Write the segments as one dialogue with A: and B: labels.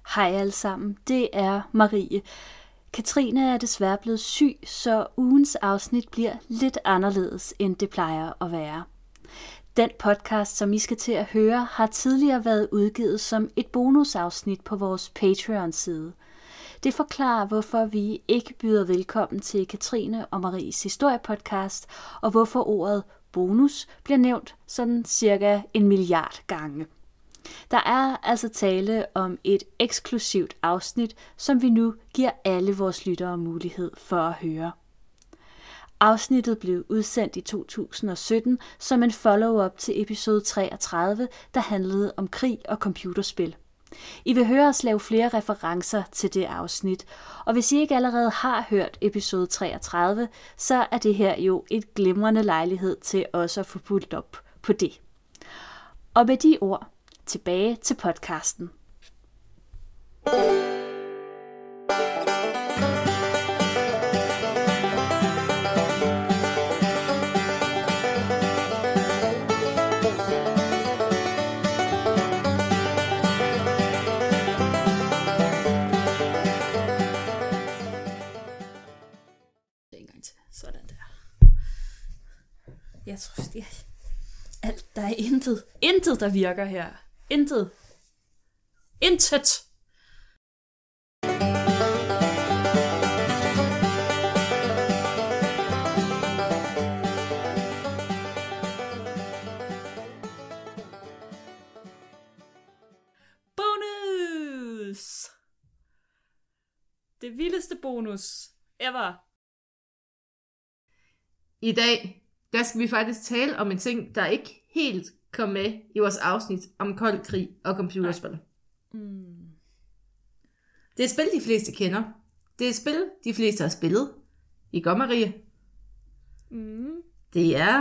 A: Hej alle sammen, det er Marie. Katrine er desværre blevet syg, så ugens afsnit bliver lidt anderledes, end det plejer at være. Den podcast, som I skal til at høre, har tidligere været udgivet som et bonusafsnit på vores Patreon-side. Det forklarer, hvorfor vi ikke byder velkommen til Katrine og Maries historiepodcast, og hvorfor ordet bonus bliver nævnt sådan cirka 1 milliard gange. Der er altså tale om et eksklusivt afsnit, som vi nu giver alle vores lyttere mulighed for at høre. Afsnittet blev udsendt i 2017 som en follow-up til episode 33, der handlede om krig og computerspil. I vil høre os lave flere referencer til det afsnit, og hvis I ikke allerede har hørt episode 33, så er det her jo et glimrende lejlighed til også at få fulgt op på det. Og med de ord, tilbage til podcasten. Sådan der. Jeg tror, der er intet, der virker her. Intet. Bonus! Det vildeste bonus ever.
B: I dag, der skal vi faktisk tale om en ting, der ikke helt kom med i vores afsnit om kold krig og computerspil. Det er et spil, de fleste kender. Det er et spil, de fleste har spillet. I går, Marie. Det er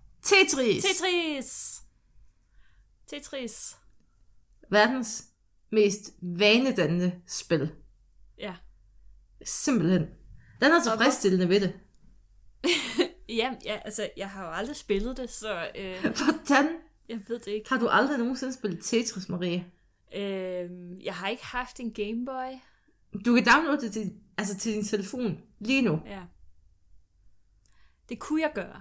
A: Tetris.
B: Verdens mest vanedannende spil.
A: Ja.
B: Simpelthen. Den er tilfredsstillende ved det.
A: Ja, altså, jeg har jo aldrig spillet det, så...
B: Hvordan?
A: Jeg ved det ikke.
B: Har du aldrig nogensinde spillet Tetris, Marie?
A: Jeg har ikke haft en Gameboy.
B: Du kan downloade det til din telefon lige nu.
A: Ja. Det kunne jeg gøre.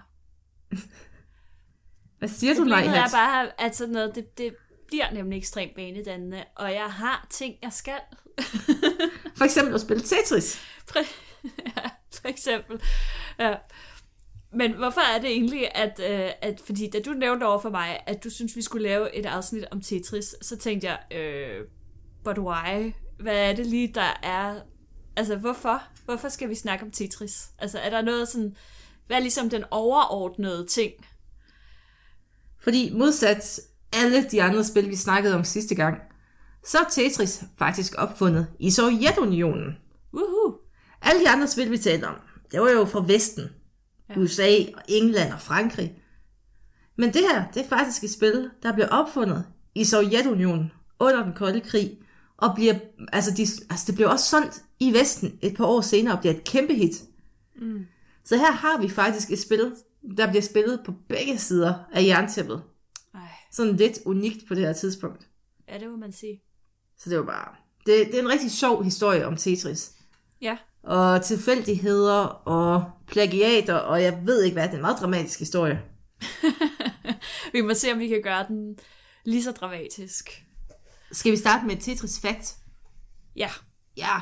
B: Hvad siger du, nej?
A: Problemet er bare, at sådan noget, det bliver nemlig ekstremt vanedannende, og jeg har ting, jeg skal.
B: For eksempel at spille Tetris.
A: Ja, for eksempel. Ja. Men hvorfor er det egentlig, at fordi da du nævnte over for mig, at du synes, vi skulle lave et afsnit om Tetris, så tænkte jeg, but why? Hvad er det lige, der er... Altså, hvorfor? Hvorfor skal vi snakke om Tetris? Altså, er der noget sådan... Hvad er ligesom den overordnede ting?
B: Fordi modsat alle de andre spil, vi snakkede om sidste gang, så er Tetris faktisk opfundet i Sovjetunionen.
A: Woohoo!
B: Alle de andre spil, vi talte om, det var jo fra Vesten. Ja. USA og England og Frankrig. Men det her, det er faktisk et spil, der blev opfundet i Sovjetunionen under den kolde krig, og det blev også solgt i Vesten et par år senere og bliver et kæmpe hit. Så her har vi faktisk et spil, der bliver spillet på begge sider af jerntæppet. Sådan lidt unikt på det her tidspunkt.
A: Ja, det må man sige.
B: Så det var bare... Det er en rigtig sjov historie om Tetris.
A: Ja.
B: Og tilfældigheder og plagiater, og jeg ved ikke hvad, det er en meget dramatisk historie.
A: Vi må se, om vi kan gøre den lige så dramatisk.
B: Skal vi starte med et Tetris fact?
A: Ja.
B: Ja.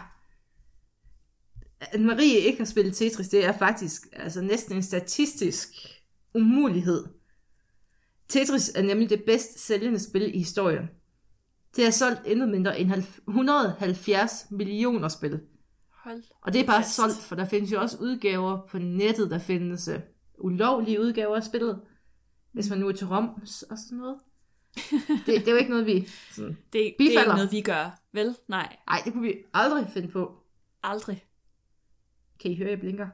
B: At Marie ikke har spillet Tetris, det er faktisk næsten en statistisk umulighed. Tetris er nemlig det bedst sælgende spil i historien. Det er solgt endnu mindre end 170 millioner spil. Og det er bare solgt, for der findes jo også udgaver på nettet, der findes ulovlige udgaver af spillet, hvis man nu er til Roms og sådan noget. Det er jo ikke noget, vi sådan,
A: det er ikke noget, vi gør, vel? Nej,
B: det kunne vi aldrig finde på.
A: Aldrig.
B: Kan I høre, jeg blinker?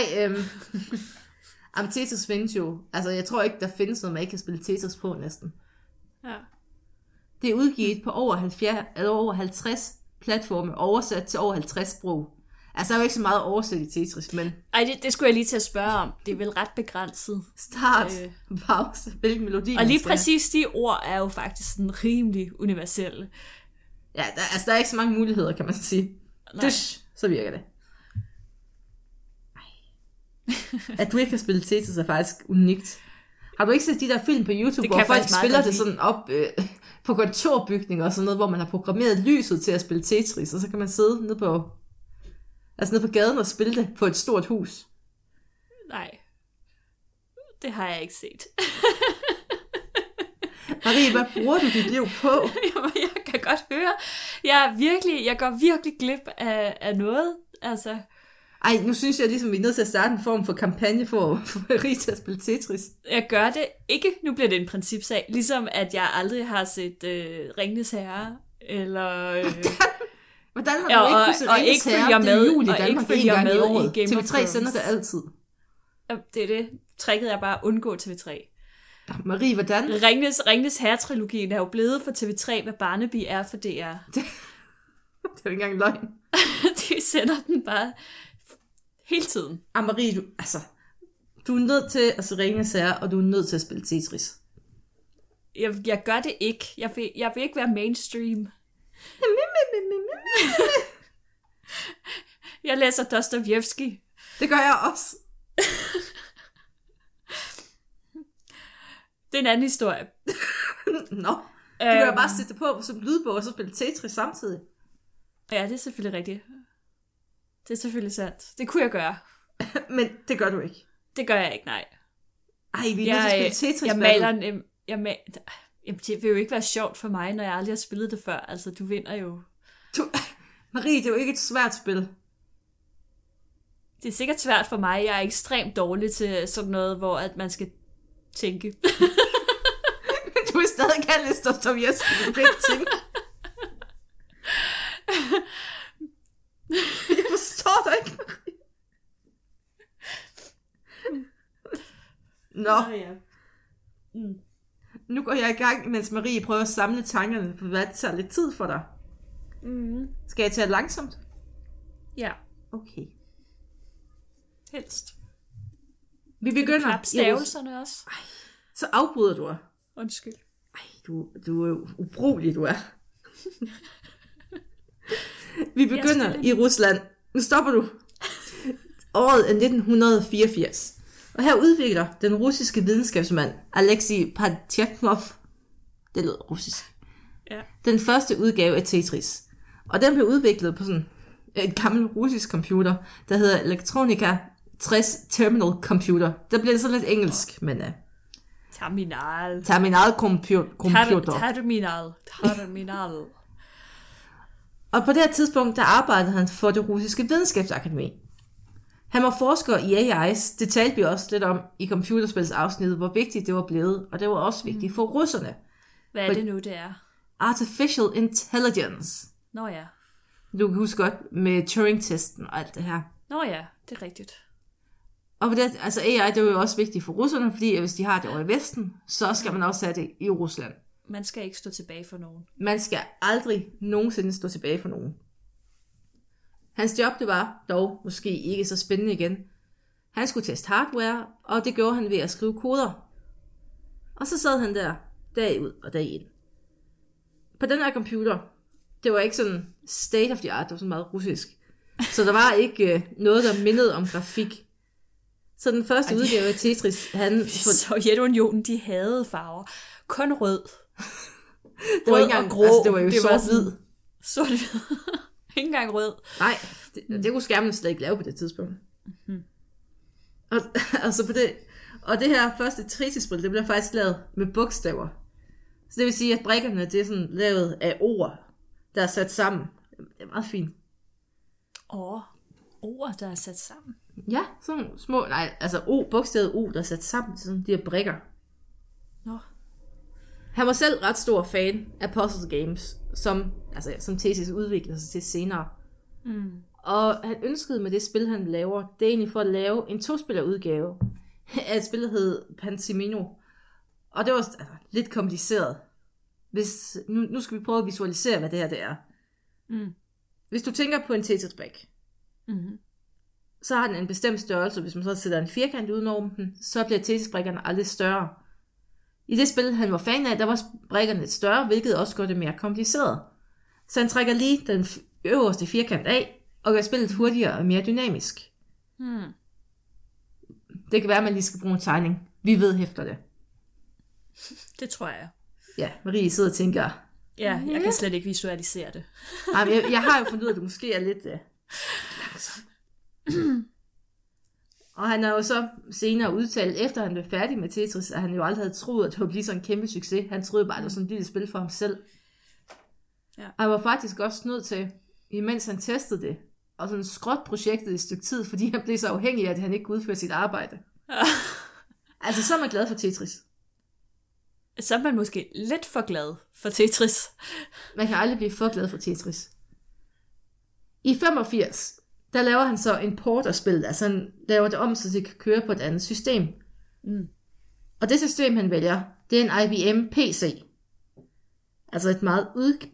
B: Nej, Tetris findes jo. Altså, jeg tror ikke, der findes noget, man ikke kan spille Tetris på næsten.
A: Ja.
B: Det er udgivet på over 50 platforme, oversat til over 50 sprog. Altså, der er jo ikke så meget oversat i Tetris, men...
A: Ej, det skulle jeg lige til at spørge om. Det er vel ret begrænset.
B: Start, pause, hvilken melodi.
A: Og lige præcis de ord er jo faktisk sådan rimelig universelle.
B: Ja, der er ikke så mange muligheder, kan man sige. Dush, så virker det. At du ikke har spillet Tetris er faktisk unikt. Har du ikke set de der film på YouTube, hvor folk spiller det sådan op på kontorbygninger og sådan noget, hvor man har programmeret lyset til at spille Tetris, og så kan man sidde nede på gaden og spille det på et stort hus?
A: Nej, det har jeg ikke set.
B: Marie, hvad bruger du dit liv på?
A: Jamen, jeg kan godt høre. Jeg går virkelig glip af noget. Altså.
B: Ej, nu synes jeg ligesom, vi er nødt til at starte en form for kampagne for Marie til at spille Tetris.
A: Jeg gør det ikke. Nu bliver det en principsag. Ligesom at jeg aldrig har set Ringenes Herre, eller...
B: Hvordan har du ikke kunnet se Ringenes Herre? Det er jul i Danmark en gang i året. TV3 sender det altid.
A: Det er det. Tricket er bare at undgå TV3.
B: Marie, hvordan?
A: Ringenes Herre-trilogien er jo blevet for TV3, hvad Barnaby er for DR.
B: Det er jo ikke engang løgn.
A: De sender den bare hele tiden.
B: Marie, du er nødt til at se Ringenes Herre, og du er nødt til at spille Tetris.
A: Jeg gør det ikke. Jeg vil ikke være mainstream. Jeg læser Dostojevskij.
B: Det gør jeg også.
A: Det er en anden historie.
B: Nå, du kan jo bare sætte det på som lydbog, og så spille Tetris samtidig.
A: Ja, det er selvfølgelig rigtigt. Det er selvfølgelig sandt. Det kunne jeg gøre.
B: Men det gør du ikke.
A: Det gør jeg ikke, nej.
B: Ej, vi er nødt til at spille Tetris.
A: Jeg maler en... Jamen, det vil jo ikke være sjovt for mig, når jeg aldrig har spillet det før. Altså, du vinder jo.
B: Marie, det er jo ikke et svært spil.
A: Det er sikkert svært for mig. Jeg er ekstremt dårlig til sådan noget, hvor at man skal tænke.
B: Du er stadig kan læse Dostojevskij, du kan ikke tænke. Jeg forstår dig ikke, Marie. Nå. Ja. Nu går jeg i gang, mens Marie prøver at samle tankerne, for hvad det tager lidt tid for dig. Skal jeg tage det langsomt?
A: Ja.
B: Okay.
A: Helst.
B: Vi begynder.
A: Knap stavelserne også.
B: Ej, så afbryder du.
A: Undskyld.
B: Ej, du er ubrugelig, du er. Vi begynder i Rusland. Nu stopper du. Året er 1984. Og her udvikler den russiske videnskabsmand Alexei Padtjatnov, det lyder russisk, den første udgave af Tetris. Og den blev udviklet på sådan et gammel russisk computer, der hedder Electronica 60 Terminal Computer. Der bliver det sådan lidt engelsk, men... Terminal computer.
A: Terminal.
B: Og på det her tidspunkt, der arbejdede han for det russiske videnskabsakademi. Han var forsker i AI's. Det talte vi også lidt om i computerspilsafsnittet, hvor vigtigt det var blevet, og det var også vigtigt for russerne.
A: Hvad er det nu, det er?
B: Artificial Intelligence.
A: Nå ja.
B: Du kan huske godt med Turing-testen og alt det her.
A: Nå ja, det er rigtigt.
B: Og for det, altså AI, det er jo også vigtigt for russerne, fordi hvis de har det over i Vesten, så skal man også have det i Rusland.
A: Man skal ikke stå tilbage for nogen.
B: Man skal aldrig nogensinde stå tilbage for nogen. Hans job, det var dog måske ikke så spændende igen. Han skulle teste hardware, og det gjorde han ved at skrive koder. Og så sad han der, dag ud og dag ind. På den her computer, det var ikke sådan state of the art, det var sådan meget russisk. Så der var ikke noget, der mindede om grafik. Så den første udgave af Tetris,
A: Sovjetunionen, de havde farver. Kun rød.
B: Det var ikke engang grå. Altså, det var jo sort-hvid.
A: Sort-hvid. Ikke engang rød.
B: Nej, det kunne skærmen slet ikke lave på det tidspunkt. Mm-hmm. Og det her første Tetris-spil, det bliver faktisk lavet med bogstaver. Så det vil sige, at brikkerne, det er sådan lavet af ord, der er sat sammen. Det er meget fint.
A: Ord, der er sat sammen?
B: Ja, sådan små, bogstavet O, der er sat sammen til sådan de her brikker.
A: Nå.
B: Han var selv ret stor fan af puzzle games, som Tetris udviklede sig til senere. Mm. Og han ønskede med det spil, han laver, det er egentlig for at lave en 2-spillerudgave af et spil, der hed Pantimino. Og det var lidt kompliceret. Nu skal vi prøve at visualisere, hvad det her det er. Mm. Hvis du tænker på en Tetris-brik, så har den en bestemt størrelse. Hvis man så sætter en firkant udenom den, så bliver Tetris-brikkerne aldrig større. I det spil, han var fan af, der var brikkerne lidt større, hvilket også gør det mere kompliceret. Så han trækker lige den øverste firkant af, og gør spillet hurtigere og mere dynamisk. Det kan være, at man lige skal bruge en tegning. Vi ved hæfter det.
A: Det tror jeg.
B: Ja, Marie sidder og tænker...
A: Ja, jeg kan slet ikke visualisere det.
B: Jeg har jo fundet ud af, at det måske er lidt langsomt. Og han har jo så senere udtalt, efter han blev færdig med Tetris, at han jo aldrig havde troet, at det ville blive sådan en kæmpe succes. Han troede bare, at det var sådan et lille spil for ham selv. Ja. Og han var faktisk også nødt til, imens han testede det, og sådan skråt projektet i et stykke tid, fordi han blev så afhængig af, at han ikke kunne udføre sit arbejde. Altså, så er man glad for Tetris.
A: Så er man måske lidt for glad for Tetris.
B: Man kan aldrig blive for glad for Tetris. I 85, der laver han så en port af spillet. Altså han laver det om, så det kan køre på et andet system. Og det system, han vælger, det er en IBM PC. Altså et meget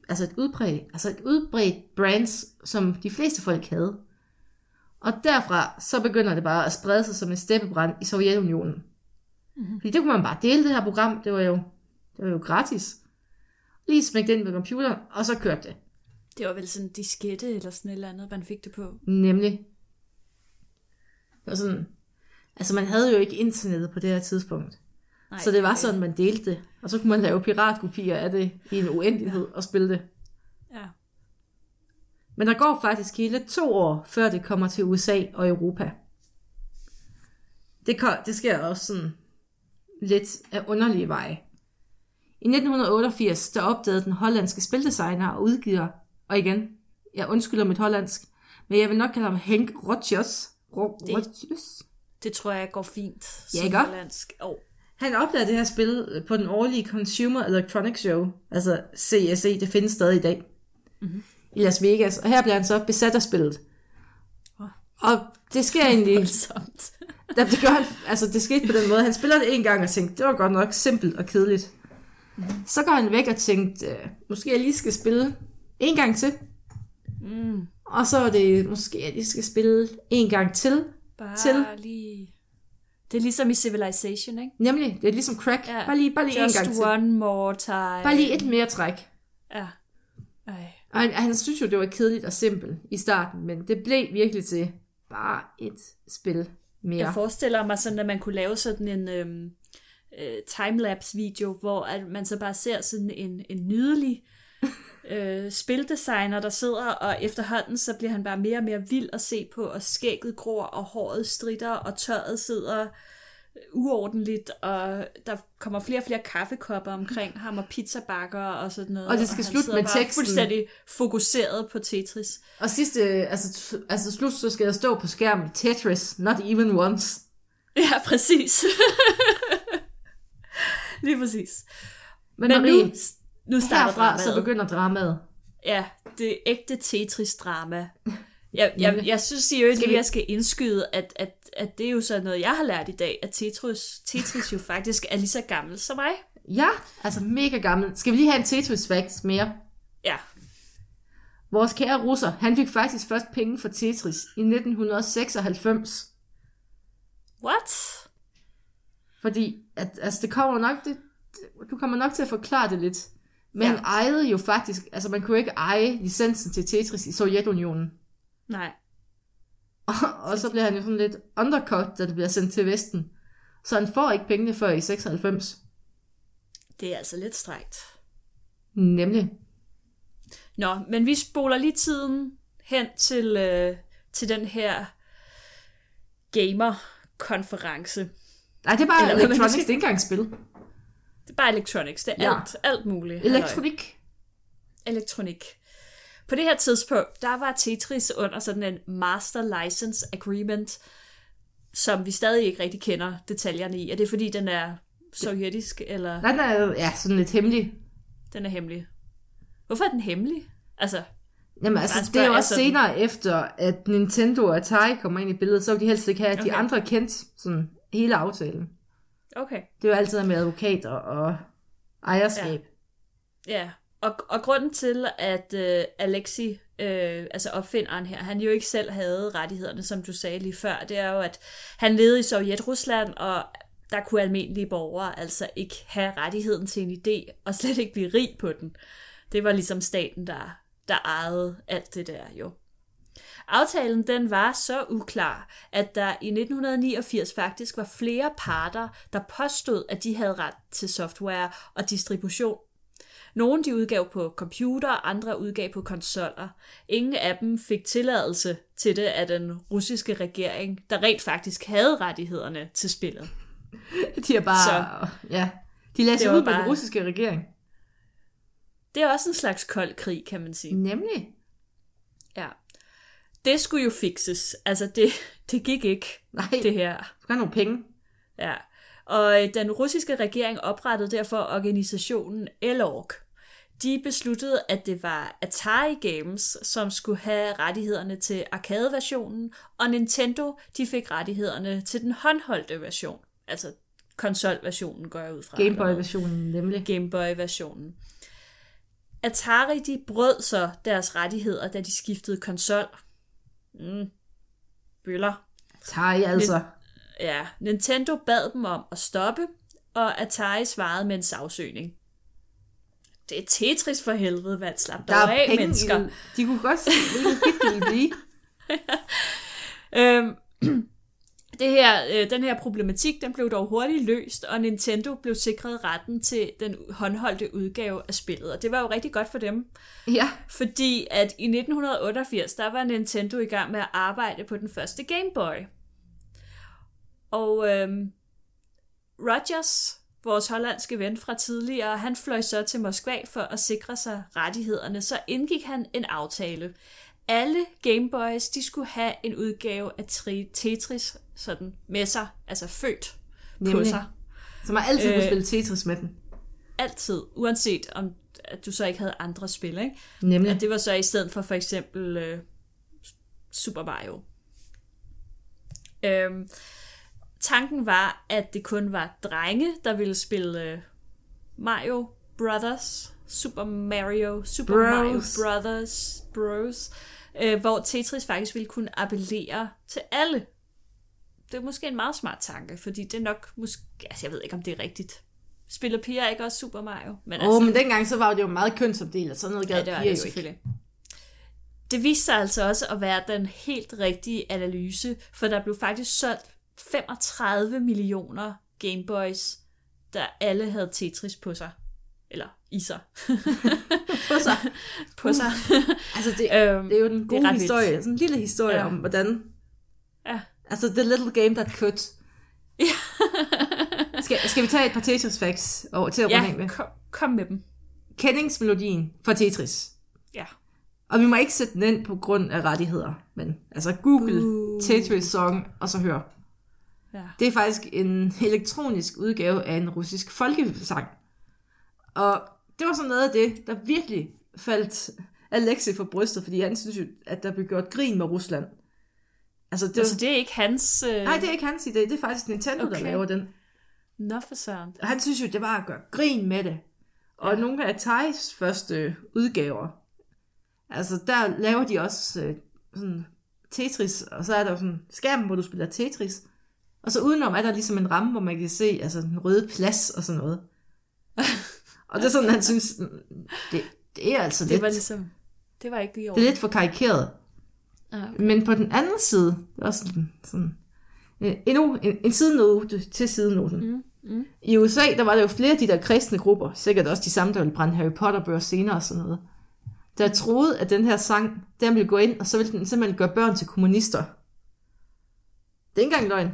B: udbredt brand, som de fleste folk havde. Og derfra, så begynder det bare at sprede sig som en steppebrand i Sovjetunionen. Fordi det kunne man bare dele, det her program. Det var jo gratis. Lige smække det ind på computeren, og så kørte det.
A: Det var vel sådan en diskette eller sådan et eller andet, man fik det på.
B: Nemlig. Det var sådan... Altså, man havde jo ikke internettet på det her tidspunkt. Nej, så det var sådan, man delte det. Og så kunne man lave piratkopier af det i en uendelighed og spille det.
A: Ja.
B: Men der går faktisk hele 2 år, før det kommer til USA og Europa. Det sker også sådan lidt af underlige veje. I 1988, der opdagede den hollandske spildesigner og udgiver, og igen, jeg undskylder mit hollandsk, men jeg vil nok kalde ham Henk Rotjes.
A: Det tror jeg går fint
B: som
A: hollandsk.
B: Han opdagede det her spil på den årlige Consumer Electronics Show, altså CSE, det findes stadig i dag, i Las Vegas, og her bliver han så besat af spillet. Og det sker egentlig... Det gør han, altså det skete på den måde. Han spiller det en gang og tænkte, det var godt nok simpelt og kedeligt. Så går han væk og tænkte, måske jeg lige skal spille en gang til. Og så er det, måske jeg lige skal spille en gang til.
A: Lige... Det er ligesom i Civilization, ikke?
B: Nemlig, det er ligesom crack. Ja. Bare lige en gang til.
A: Just one more time.
B: Bare lige et mere træk.
A: Ja.
B: Og han synes jo, det var kedeligt og simpelt i starten, men det blev virkelig til bare et spil mere.
A: Jeg forestiller mig sådan, at man kunne lave sådan en timelapse video, hvor at man så bare ser sådan en nydelig spildesigner, der sidder, og efterhånden så bliver han bare mere og mere vild at se på, og skægget gror, og håret stritter, og tøjet sidder uordentligt, og der kommer flere og flere kaffekopper omkring ham, og pizzabakker og sådan noget.
B: Og det skal slutte med teksten.
A: Fuldstændig fokuseret på Tetris.
B: Og sidste, altså slut, så skal der stå på skærmen, Tetris, not even once.
A: Ja, præcis. Lige præcis.
B: Men Marie,
A: nu starter
B: herfra,
A: dramaet.
B: så begynder dramaet.
A: Ja, det er ægte Tetris-drama. Jeg synes i øvrigt, at jeg skal indskyde, at det er jo sådan noget, jeg har lært i dag, at Tetris jo faktisk er lige så gammel som mig.
B: Ja, altså mega gammel. Skal vi lige have en Tetris-fact mere?
A: Ja.
B: Vores kære russer, han fik faktisk først penge for Tetris i 1996.
A: What?
B: Fordi, det kommer nok, du kommer nok til at forklare det lidt. Men han ejede jo faktisk, altså man kunne ikke eje licensen til Tetris i Sovjetunionen.
A: Nej.
B: Og så bliver han jo sådan lidt undercut, da det bliver sendt til Vesten. Så han får ikke pengene før i 96.
A: Det er altså lidt strengt.
B: Nemlig.
A: Nå, men vi spoler lige tiden hen til den her gamer-konference.
B: Nej, det er bare Electronics, det er ikke engang spil.
A: Det er bare Electronics, det er alt muligt. Elektronik. På det her tidspunkt, der var Tetris under sådan en Master License Agreement, som vi stadig ikke rigtig kender detaljerne i. Er det fordi, den er sovjetisk, eller?
B: Nej, den er sådan lidt hemmelig.
A: Den er hemmelig. Hvorfor er den hemmelig?
B: Jamen det er jo også senere efter, at Nintendo og Atari kommer ind i billedet, så vil de helst ikke have, at de andre kendt sådan hele aftalen.
A: Okay.
B: Det er jo altid med advokater og ejerskab.
A: Ja. Og grunden til, at Alexei, altså opfinderen her, han jo ikke selv havde rettighederne, som du sagde lige før, det er jo, at han levede i Sovjet-Rusland, og der kunne almindelige borgere altså ikke have rettigheden til en idé, og slet ikke blive rig på den. Det var ligesom staten, der ejede alt det der jo. Aftalen den var så uklar, at der i 1989 faktisk var flere parter, der påstod, at de havde ret til software og distribution. Nogle de udgav på computer, andre udgav på konsoller. Ingen af dem fik tilladelse til det af den russiske regering, der rent faktisk havde rettighederne til spillet.
B: De er bare... de lader sig ud på den russiske regering.
A: Det er også en slags kold krig, kan man sige.
B: Nemlig.
A: Ja. Det skulle jo fikses. Altså, det gik ikke, det her.
B: Du skal have nogle penge.
A: Ja. Og den russiske regering oprettede derfor organisationen ELORG. De besluttede, at det var Atari Games, som skulle have rettighederne til arcade-versionen, og Nintendo, de fik rettighederne til den håndholdte version. Altså konsolversionen går jeg ud fra.
B: Gameboy-versionen nemlig.
A: Gameboy-versionen. Atari, de brød så deres rettigheder, da de skiftede konsol. Bøller.
B: Atari altså.
A: Nintendo bad dem om at stoppe, og Atari svarede med en sagsøgning. Det er Tetris for helvede, hvad slap der af,
B: penge
A: mennesker.
B: De kunne godt se, hvilken hit det ville blive.
A: Den her problematik, den blev dog hurtigt løst, og Nintendo blev sikret retten til den håndholdte udgave af spillet. Og det var jo rigtig godt for dem.
B: Ja.
A: Fordi at i 1988, der var Nintendo i gang med at arbejde på den første Game Boy. Og Rogers, vores hollandske ven fra tidligere, han fløj så til Moskva for at sikre sig rettighederne. Så indgik han en aftale. Alle Gameboys, de skulle have en udgave af Tetris sådan med sig, altså født på sig.
B: Så man altid kunne spille Tetris med den.
A: Altid, uanset om at du så ikke havde andre spil, ikke?
B: Nemlig.
A: Og det var så i stedet for eksempel Super Mario. Tanken var, at det kun var drenge, der ville spille Mario Brothers, Super Mario Brothers Bros, hvor Tetris faktisk ville kunne appellere til alle. Det er måske en meget smart tanke, fordi det er nok, jeg ved ikke, om det er rigtigt. Spiller piger ikke også Super Mario?
B: Men dengang så var det jo meget kønsopdelt, og sådan noget gad piger jo ikke.
A: Det viste sig altså også at være den helt rigtige analyse, for der blev faktisk solgt 35 millioner Gameboys, der alle havde Tetris på sig. Eller i sig. på sig.
B: Altså det er jo den gode historie. Vildt. Sådan en lille historie om, hvordan...
A: Ja.
B: Altså, the little game that could.
A: Ja.
B: skal vi tage et par Tetris facts til at runde af med?
A: Kom med dem.
B: Kendingsmelodien for Tetris.
A: Ja.
B: Og vi må ikke sætte den ind på grund af rettigheder. Men altså Google Tetris song, og så hør.
A: Ja.
B: Det er faktisk en elektronisk udgave af en russisk folkesang. Og det var sådan noget af det, der virkelig faldt Alexei for brystet, fordi han synes jo, at der blev gjort grin med Rusland. Altså det
A: er ikke hans...
B: Nej, det er ikke hans idé. Det er faktisk Nintendo, der laver den.
A: Nå for søren.
B: Og han synes jo, det var at gøre grin med det. Og nogle af Ataris første udgaver, altså der laver de også sådan Tetris, og så er der jo sådan skærmen, hvor du spiller Tetris. Og så udenom er der ligesom en ramme, hvor man kan se altså den røde plads og sådan noget. Og det er sådan, han synes, det er altså lidt...
A: Det var ligesom... Det var ikke i orden.
B: Det er lidt for karikeret. Okay. Men på den anden side, det er også sådan en sidenote til sidenoten. I USA, der var der jo flere af de der kristne grupper, sikkert også de samme, der ville brænde Harry Potter-bøger senere og sådan noget, der troede, at den her sang, den ville gå ind, og så ville den simpelthen gøre børn til kommunister. Det er ikke engang løgn.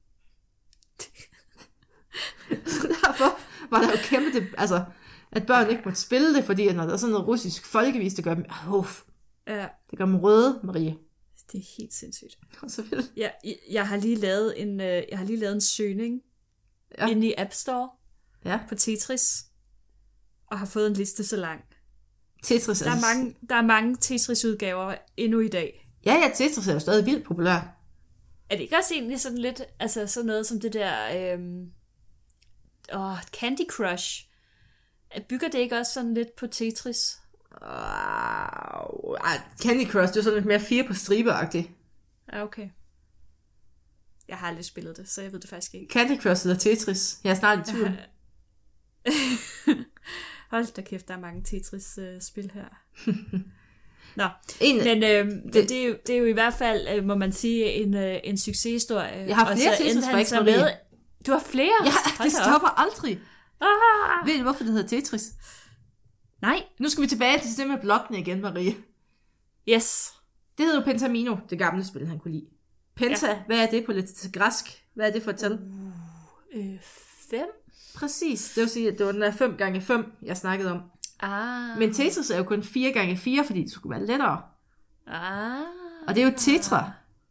B: Så derfor var der jo kæmpe det, altså, at børn ikke måtte spille det, fordi når der er sådan noget russisk folkevis, der gør dem, det gør dem røde, Marie.
A: Det er helt sindssygt.
B: Ja,
A: jeg har lige lavet en søgning inde i App Store på Tetris, og har fået en liste så lang.
B: Tetris
A: der er mange Tetris-udgaver endnu i dag.
B: Ja, Tetris er jo stadig vildt populær.
A: Er det ikke også egentlig sådan lidt, altså sådan noget som det der Candy Crush? Bygger det ikke også sådan lidt på Tetris?
B: Candy Crush, det er sådan lidt mere 4 på stribe-agtigt.
A: Ja, okay. Jeg har aldrig spillet det, så jeg ved det faktisk ikke.
B: Candy Crush eller Tetris? Jeg er snart i tvivl.
A: Hold da kæft, der er mange Tetris-spil her. Nå, men det er jo i hvert fald, må man sige, en succeshistorie.
B: Jeg har flere Tetris med.
A: Du har flere?
B: Ja, det stopper aldrig. Ved du, hvorfor det hedder Tetris?
A: Nej.
B: Nu skal vi tilbage til det med blokkene igen, Marie.
A: Yes.
B: Det hedder jo Pentamino, det gamle spil, han kunne lide. Penta, hvad er det på lidt græsk? Hvad er det for et tal?
A: 5.
B: Præcis, det vil sige, at det var den der 5x5, jeg snakkede om. Men Tetris er jo kun 4x4, fordi det skulle være lettere. Og det er jo tetra.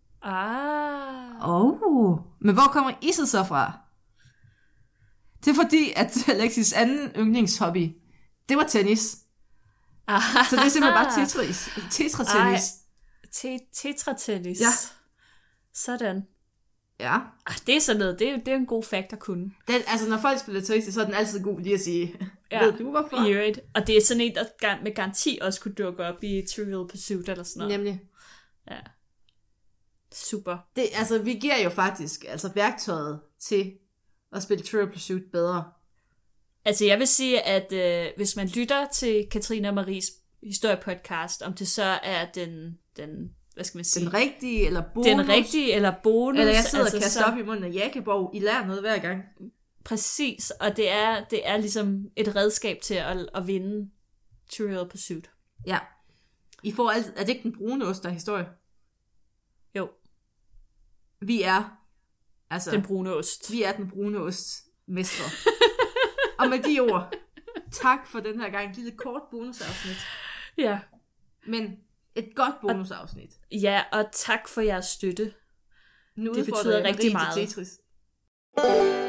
B: Men hvor kommer Is'et så fra? Det er fordi, at Alexis anden yndlingshobby, det var tennis. Så det er simpelthen bare tetra-tennis.
A: Tetra-tennis.
B: Ja.
A: Sådan.
B: Ja.
A: Det er sådan noget, det er en god fact at kunne.
B: Altså, når folk spiller Tetris, så er den altid god lige at sige, ved du hvorfor?
A: Og det er sådan en, der med garanti også kunne dukke op i Trivial Pursuit eller sådan noget.
B: Nemlig.
A: Ja. Super.
B: Altså, vi giver jo faktisk værktøjet til at spille Trivial Pursuit bedre.
A: Altså, jeg vil sige, at hvis man lytter til Katrine og Maries historiepodcast, om det så er den hvad skal man sige?
B: Den rigtige eller bonus.
A: Den rigtige eller bonus.
B: Eller jeg sidder og kaster op i munden af Jakeborg. I lærer noget hver gang.
A: Præcis, og det er ligesom et redskab til at vinde Trivial Pursuit.
B: Ja. I får altid, er det ikke den brune ost, der er historie?
A: Jo.
B: Vi er
A: den brune ost.
B: Vi er den brune ost mestre. Og med de ord, tak for den her gang. Et lille kort bonusafsnit.
A: Ja.
B: Men et godt bonusafsnit.
A: Ja, og tak for jeres støtte.
B: Nu
A: det betyder rigtig meget.
B: Tetris.